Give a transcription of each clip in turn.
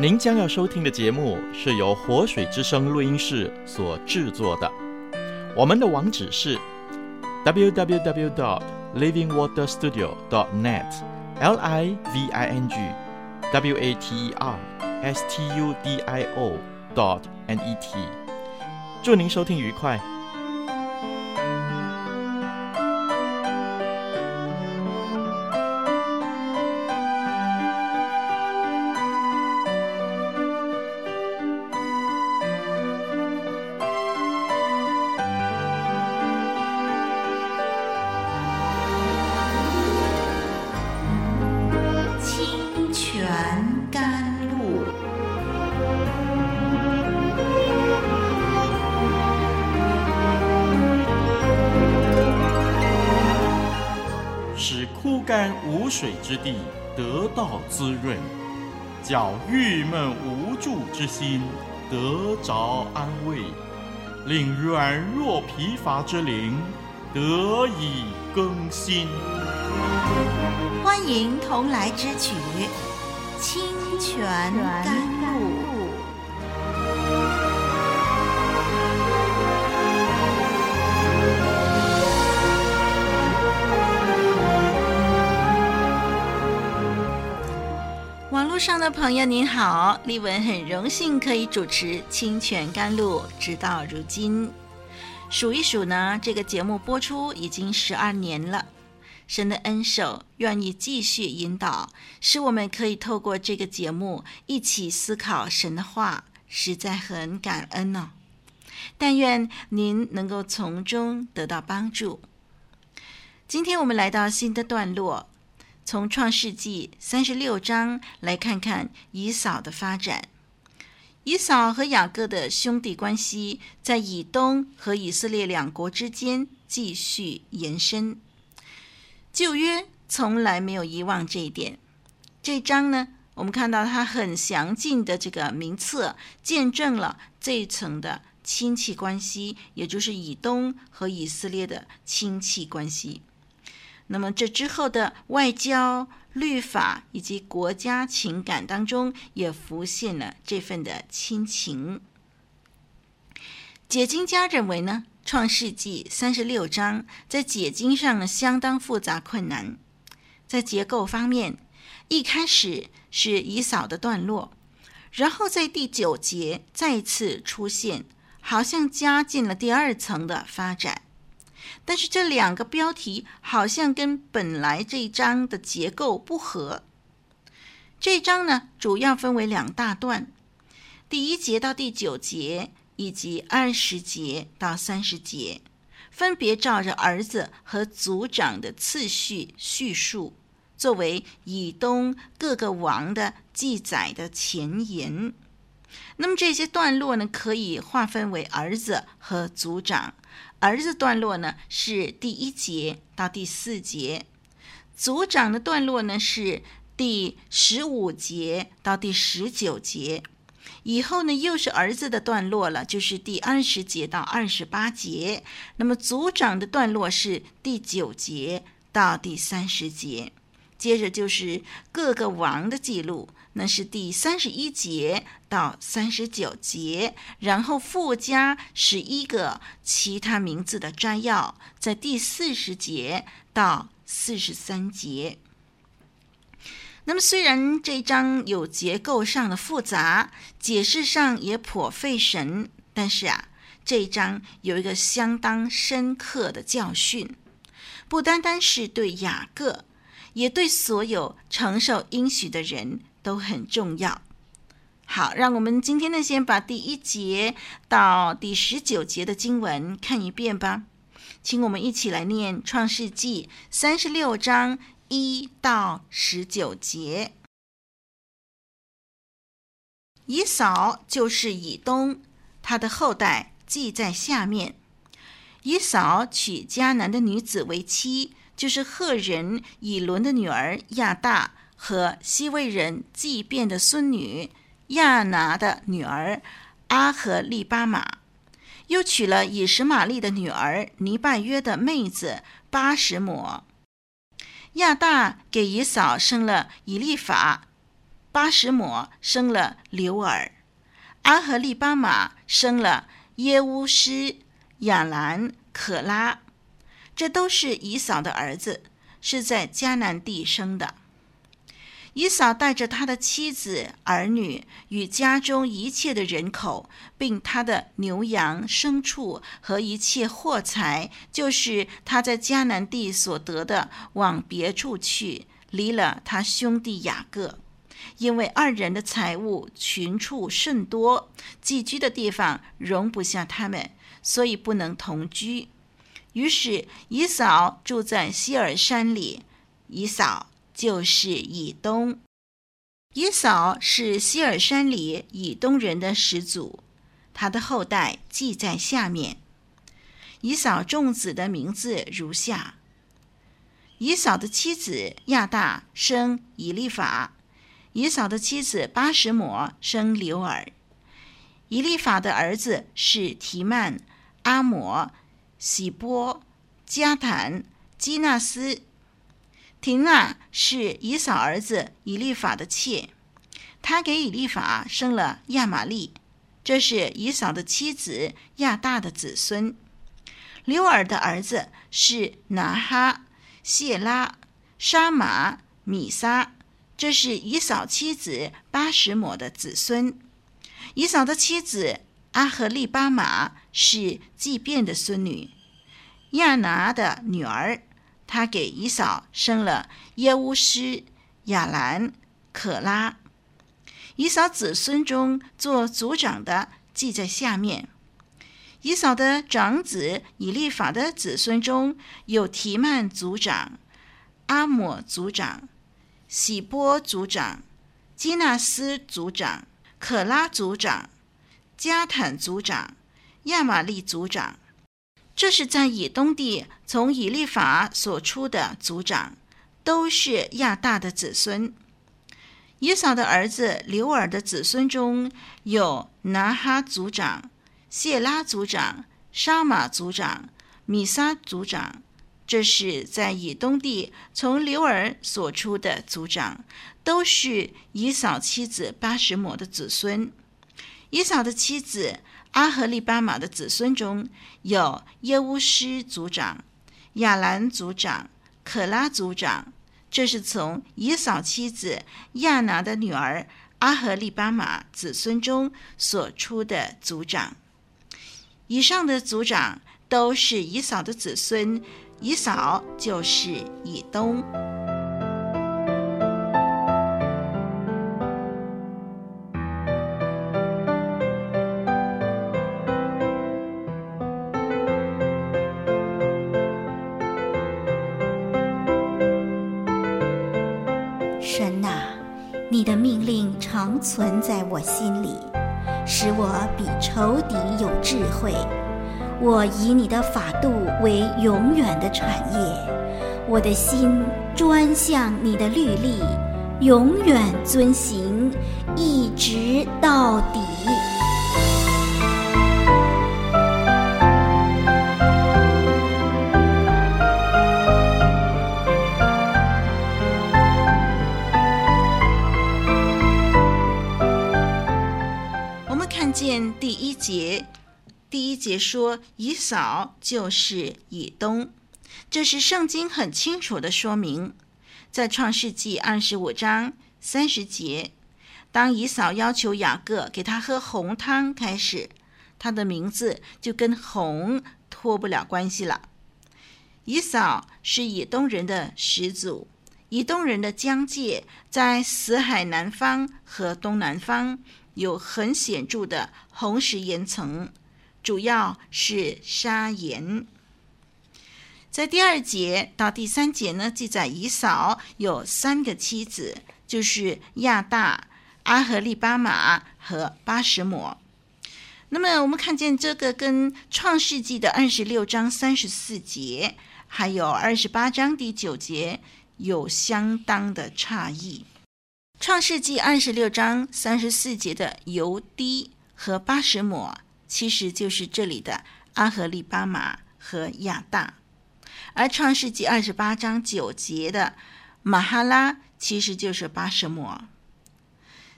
您将要收听的节目是由活水之声录音室所制作的。我们的网址是 www.livingwaterstudio.net livingwaterstudio.net。 祝您收听愉快。枯干无水之地得到滋润，叫郁闷无助之心得着安慰，令软弱疲乏之灵得以更新。 欢迎同来之曲《清泉甘露》。网络上的朋友您好，丽文很荣幸可以主持《清泉甘露》直到如今。数一数呢，这个节目播出已经12年了。神的恩手愿意继续引导，使我们可以透过这个节目一起思考神的话，实在很感恩哦。但愿您能够从中得到帮助。今天我们来到新的段落，从创世纪36章来看看以扫的发展。以扫和雅各的兄弟关系在以东和以色列两国之间继续延伸。旧约从来没有遗忘这一点。这章呢，我们看到他很详尽的这个名册，见证了这一层的亲戚关系，也就是以东和以色列的亲戚关系。那么这之后的外交、律法以及国家情感当中，也浮现了这份的亲情。解经家认为呢，创世纪36章在解经上相当复杂困难。在结构方面，一开始是以扫的段落，然后在第9节再次出现，好像加进了第2层的发展。但是这两个标题好像跟本来这一章的结构不合。这一章呢，主要分为2大段，第1节到第9节以及20节到30节，分别照着儿子和族长的次序叙述，作为以东各个王的记载的前言。那么这些段落呢，可以划分为儿子和族长。儿子段落呢是第1节到第4节，族长的段落呢是第15节到第19节，以后呢又是儿子的段落了，就是第20节到28节。那么族长的段落是第9节到第30节，接着就是各个王的记录，那是第31节到39节，然后附加11个其他名字的摘要，在第40节到43节。那么虽然这一章有结构上的复杂，解释上也颇费神，但是这一章有一个相当深刻的教训，不单单是对雅各，也对所有承受应许的人都很重要。好，让我们今天呢先把第1节到第19节的经文看一遍吧。请我们一起来念创世纪36章1到19节。以扫就是以东，他的后代记在下面。以扫娶迦南的女子为妻，就是赫人以伦的女儿亚大和西魏人祭便的孙女亚拿的女儿阿和利巴马，又娶了以实玛利的女儿尼拜约的妹子巴什抹。亚大给以扫生了以利法、 巴什抹生了流珥，阿和利巴马生了耶乌施、亚兰、可拉，这都是以扫的儿子，是在迦南地生的。以扫带着他的妻子、儿女与家中一切的人口，并他的牛羊、牲畜和一切货财，就是他在迦南地所得的，往别处去，离了他兄弟雅各。因为二人的财物群畜甚多，寄居的地方容不下他们，所以不能同居。于是以扫住在西珥山里，以扫就是以东。以扫是西珥山里以东人的始祖，他的后代记在下面。以扫众子的名字如下：以扫的妻子亚大生以利法，以扫的妻子巴什抹生流珥。以利法的儿子是提曼、阿摩、喜波、加坦、基纳斯。廷娜是以扫儿子以利法的妾，他给以利法生了亚玛利，这是以扫的妻子亚大的子孙。流珥的儿子是拿哈、谢拉、沙玛、米撒，这是以扫妻子巴什抹的子孙。以扫的妻子阿和利巴马是祭便的孙女，亚拿的女儿，他给以扫生了耶乌施、亚兰、可拉。以扫子孙中做族长的记在下面。以扫的长子以利法的子孙中有提曼族长、阿抹族长、喜波族长、基纳斯族长、可拉族长、加坦族长、亚玛利族长。这是在以东地从以利法所出的族长，都是亚大的子孙。以扫的儿子流珥的子孙中有拿哈族长、谢拉族长、沙玛族长、米撒族长，这是在以东地从流珥所出的族长，都是以扫妻子巴什抹的子孙。以扫的妻子阿和利巴马的子孙中有耶乌施族长、亚兰族长、可拉族长，这是从以扫妻子亚拿的女儿阿和利巴马子孙中所出的族长。以上的族长都是以扫的子孙，以扫就是以东。 神啊，你的命令常存在我心里，使我比仇敌有智慧。我以你的法度为永远的产业，我的心专向你的律例，永远遵行，一直到底。 见第一节说以扫就是以东，这是圣经很清楚的说明。在创世纪25章30节，当以扫要求雅各给他喝红汤开始，他的名字就跟红脱不了关系了。以扫是以东人的始祖，以东人的疆界在死海南方和东南方有很显著的红石岩层，主要是砂岩。在第2节到第3节呢，记载以扫有3个妻子，就是亚大、阿和利巴马和巴什抹。那么我们看见这个跟创世纪的26章34节还有28章第9节有相当的差异。创世纪26章34节的犹低和巴什抹，其实就是这里的阿和利巴马和亚大，而创世纪28章9节的马哈拉，其实就是巴什抹。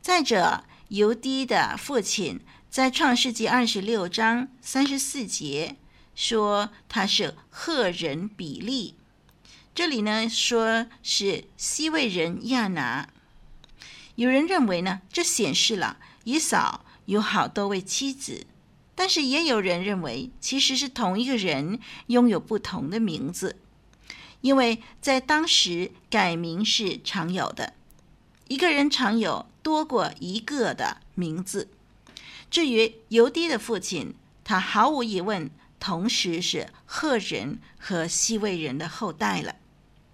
再者，犹低的父亲在创世纪26章34节说他是赫人比利，这里呢说是西魏人亚拿。有人认为呢，这显示了以扫有好多位妻子，但是也有人认为其实是同一个人拥有不同的名字，因为在当时改名是常有的，一个人常有多过一个的名字。至于犹低的父亲，他毫无疑问同时是赫人和西魏人的后代了。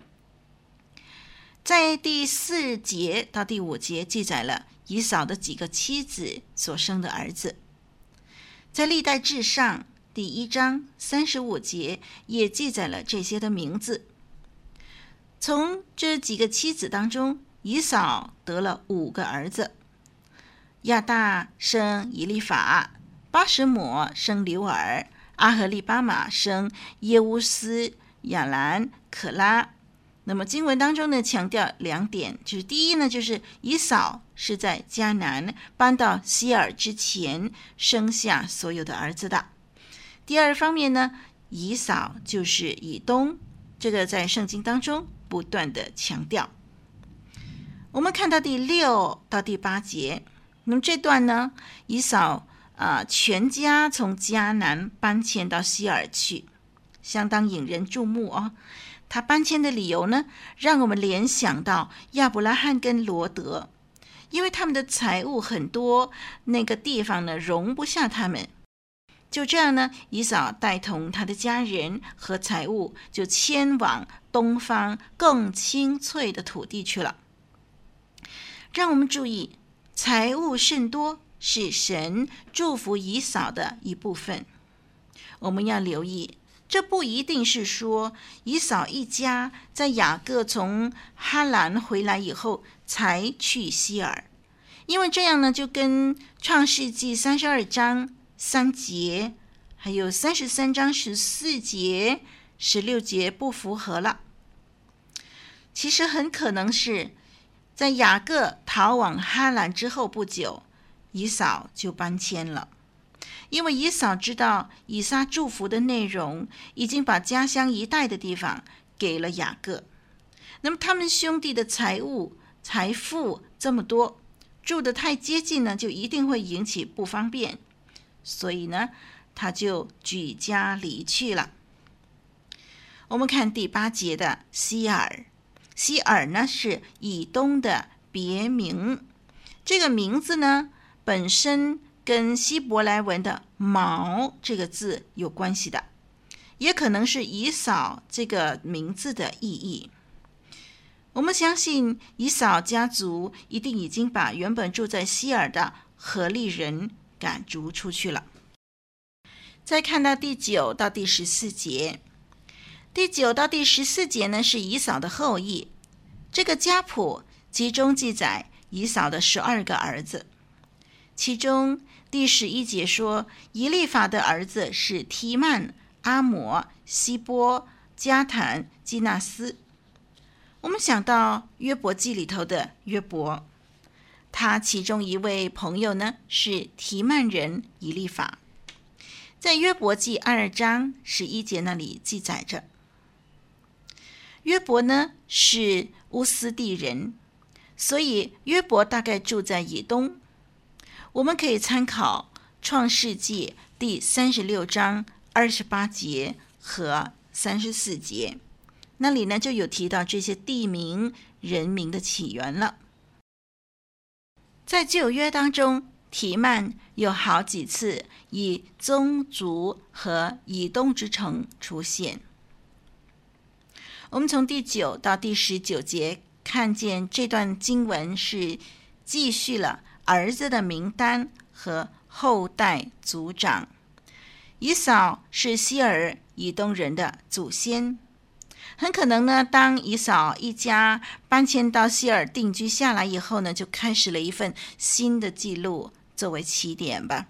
在第4节到第5节记载了以扫的几个妻子所生的儿子。在历代志上第1章35节也记载了这些的名字。从这几个妻子当中，以扫得了5个儿子，亚大生以利法，巴什抹生流尔，阿和利巴马生耶乌斯、亚兰、可拉。那么经文当中呢，强调2点，就是第一呢，就是以扫是在迦南搬到西珥之前生下所有的儿子的。第二方面呢，以扫就是以东，这个在圣经当中不断的强调。我们看到第6到第8节，那么这段呢，以扫全家从迦南搬迁到西珥去，相当引人注目哦。他搬迁的理由呢，让我们联想到亚伯拉罕跟罗德，因为他们的财物很多，那个地方呢容不下他们。就这样呢，以扫带同他的家人和财物，就迁往东方更青翠的土地去了。让我们注意，财物甚多是神祝福以扫的一部分。我们要留意，这不一定是说以扫一家在雅各从哈兰回来以后才去西珥，因为这样呢就跟创世纪32章3节还有33章14节16节不符合了。其实很可能是在雅各逃往哈兰之后不久，以扫就搬迁了。因为以扫知道以撒祝福的内容已经把家乡一带的地方给了雅各，那么他们兄弟的财富这么多，住得太接近呢，就一定会引起不方便，所以呢，他就举家离去了。我们看第8节的西珥，西珥呢是以东的别名，这个名字呢本身跟希伯来文的毛这个字有关系的，也可能是以扫这个名字的意义。我们相信以扫家族一定已经把原本住在西珥的何利人赶逐出去了。再看到第9到第14节，第9到第14节呢是以扫的后裔，这个家谱集中记载以扫的12个儿子，其中第11节说以利法的儿子是提曼、阿摩、希波、加坦、基纳斯。我们想到约伯记里头的约伯，他其中一位朋友呢是提曼人以利法，在约伯记2章11节那里记载着。约伯呢是乌斯地人，所以约伯大概住在以东。我们可以参考创世纪第36章28节和34节，那里呢就有提到这些地名人名的起源了。在旧约当中，提曼有好几次以宗族和以东之城出现。我们从第9到第19节看见这段经文是继续了儿子的名单和后代族长。以扫是西珥以东人的祖先，很可能呢，当以扫一家搬迁到西珥定居下来以后呢，就开始了一份新的记录作为起点吧。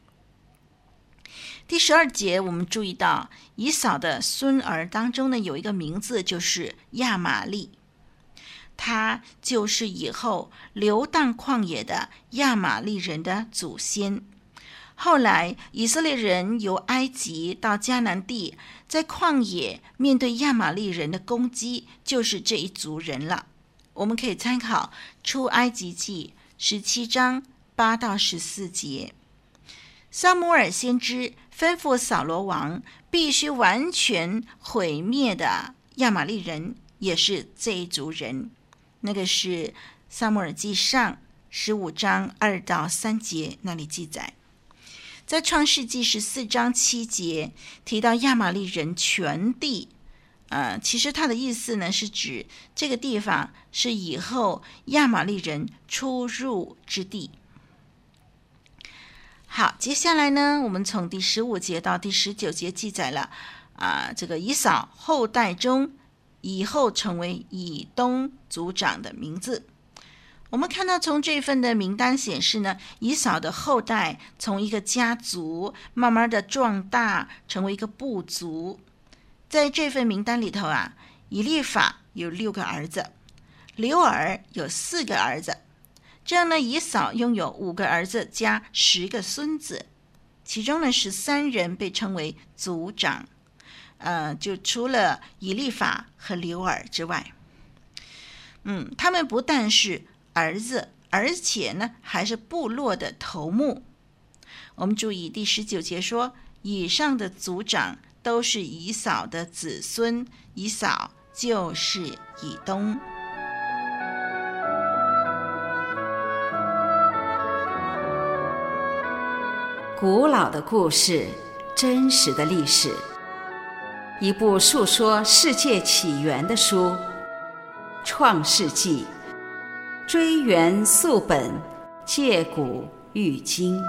第12节我们注意到以扫的孙儿当中呢，有一个名字就是亚玛利， 他就是以后流荡旷野的亚玛力人的祖先。后来以色列人由埃及到迦南地，在旷野面对亚玛力人的攻击，就是这一族人了。我们可以参考出埃及记17章8到14节。撒母耳先知吩咐扫罗王必须完全毁灭的亚玛力人，也是这一族人。那个是撒母耳记上15章2到3节那里记载。在创世纪14章7节提到亚玛力人全地，其实它的意思呢是指这个地方是以后亚玛力人出入之地。好，接下来呢，我们从第15节到第19节记载了这个以扫后代中以后成为以东族长的名字。我们看到从这份的名单显示呢，以扫的后代从一个家族慢慢的壮大成为一个部族。在这份名单里头以利法有6个儿子，流珥有4个儿子，这样呢，以扫拥有5个儿子加10个孙子，其中呢13人被称为族长，就除了以利法和流珥之外，他们不但是儿子，而且呢还是部落的头目。我们注意第19节说，以上的族长都是以扫的子孙，以扫就是以东。 古老的故事，真实的历史，一部述说世界起源的书《创世纪》，追源溯本，借古喻今。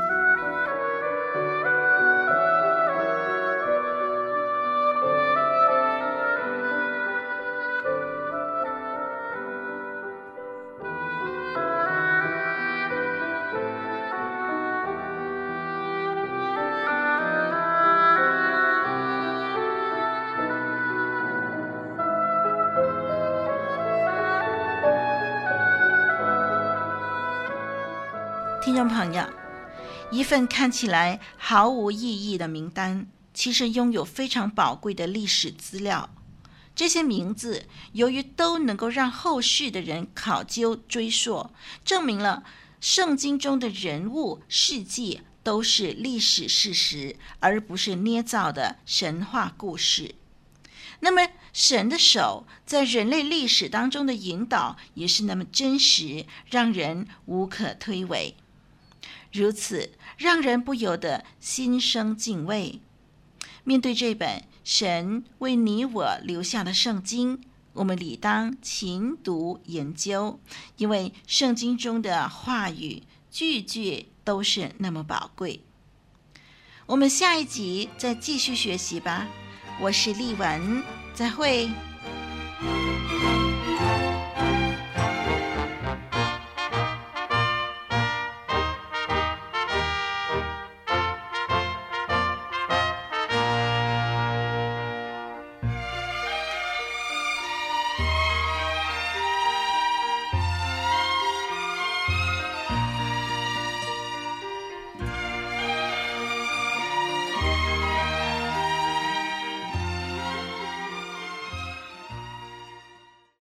听众朋友，一份看起来毫无意义的名单，其实拥有非常宝贵的历史资料。这些名字由于都能够让后世的人考究追溯，证明了圣经中的人物事迹都是历史事实，而不是捏造的神话故事。那么神的手在人类历史当中的引导也是那么真实，让人无可推诿，如此让人不由得心生敬畏。面对这本神为你我留下的圣经，我们理当勤读研究，因为圣经中的话语句句都是那么宝贵。我们下一集再继续学习吧。我是丽文，再会。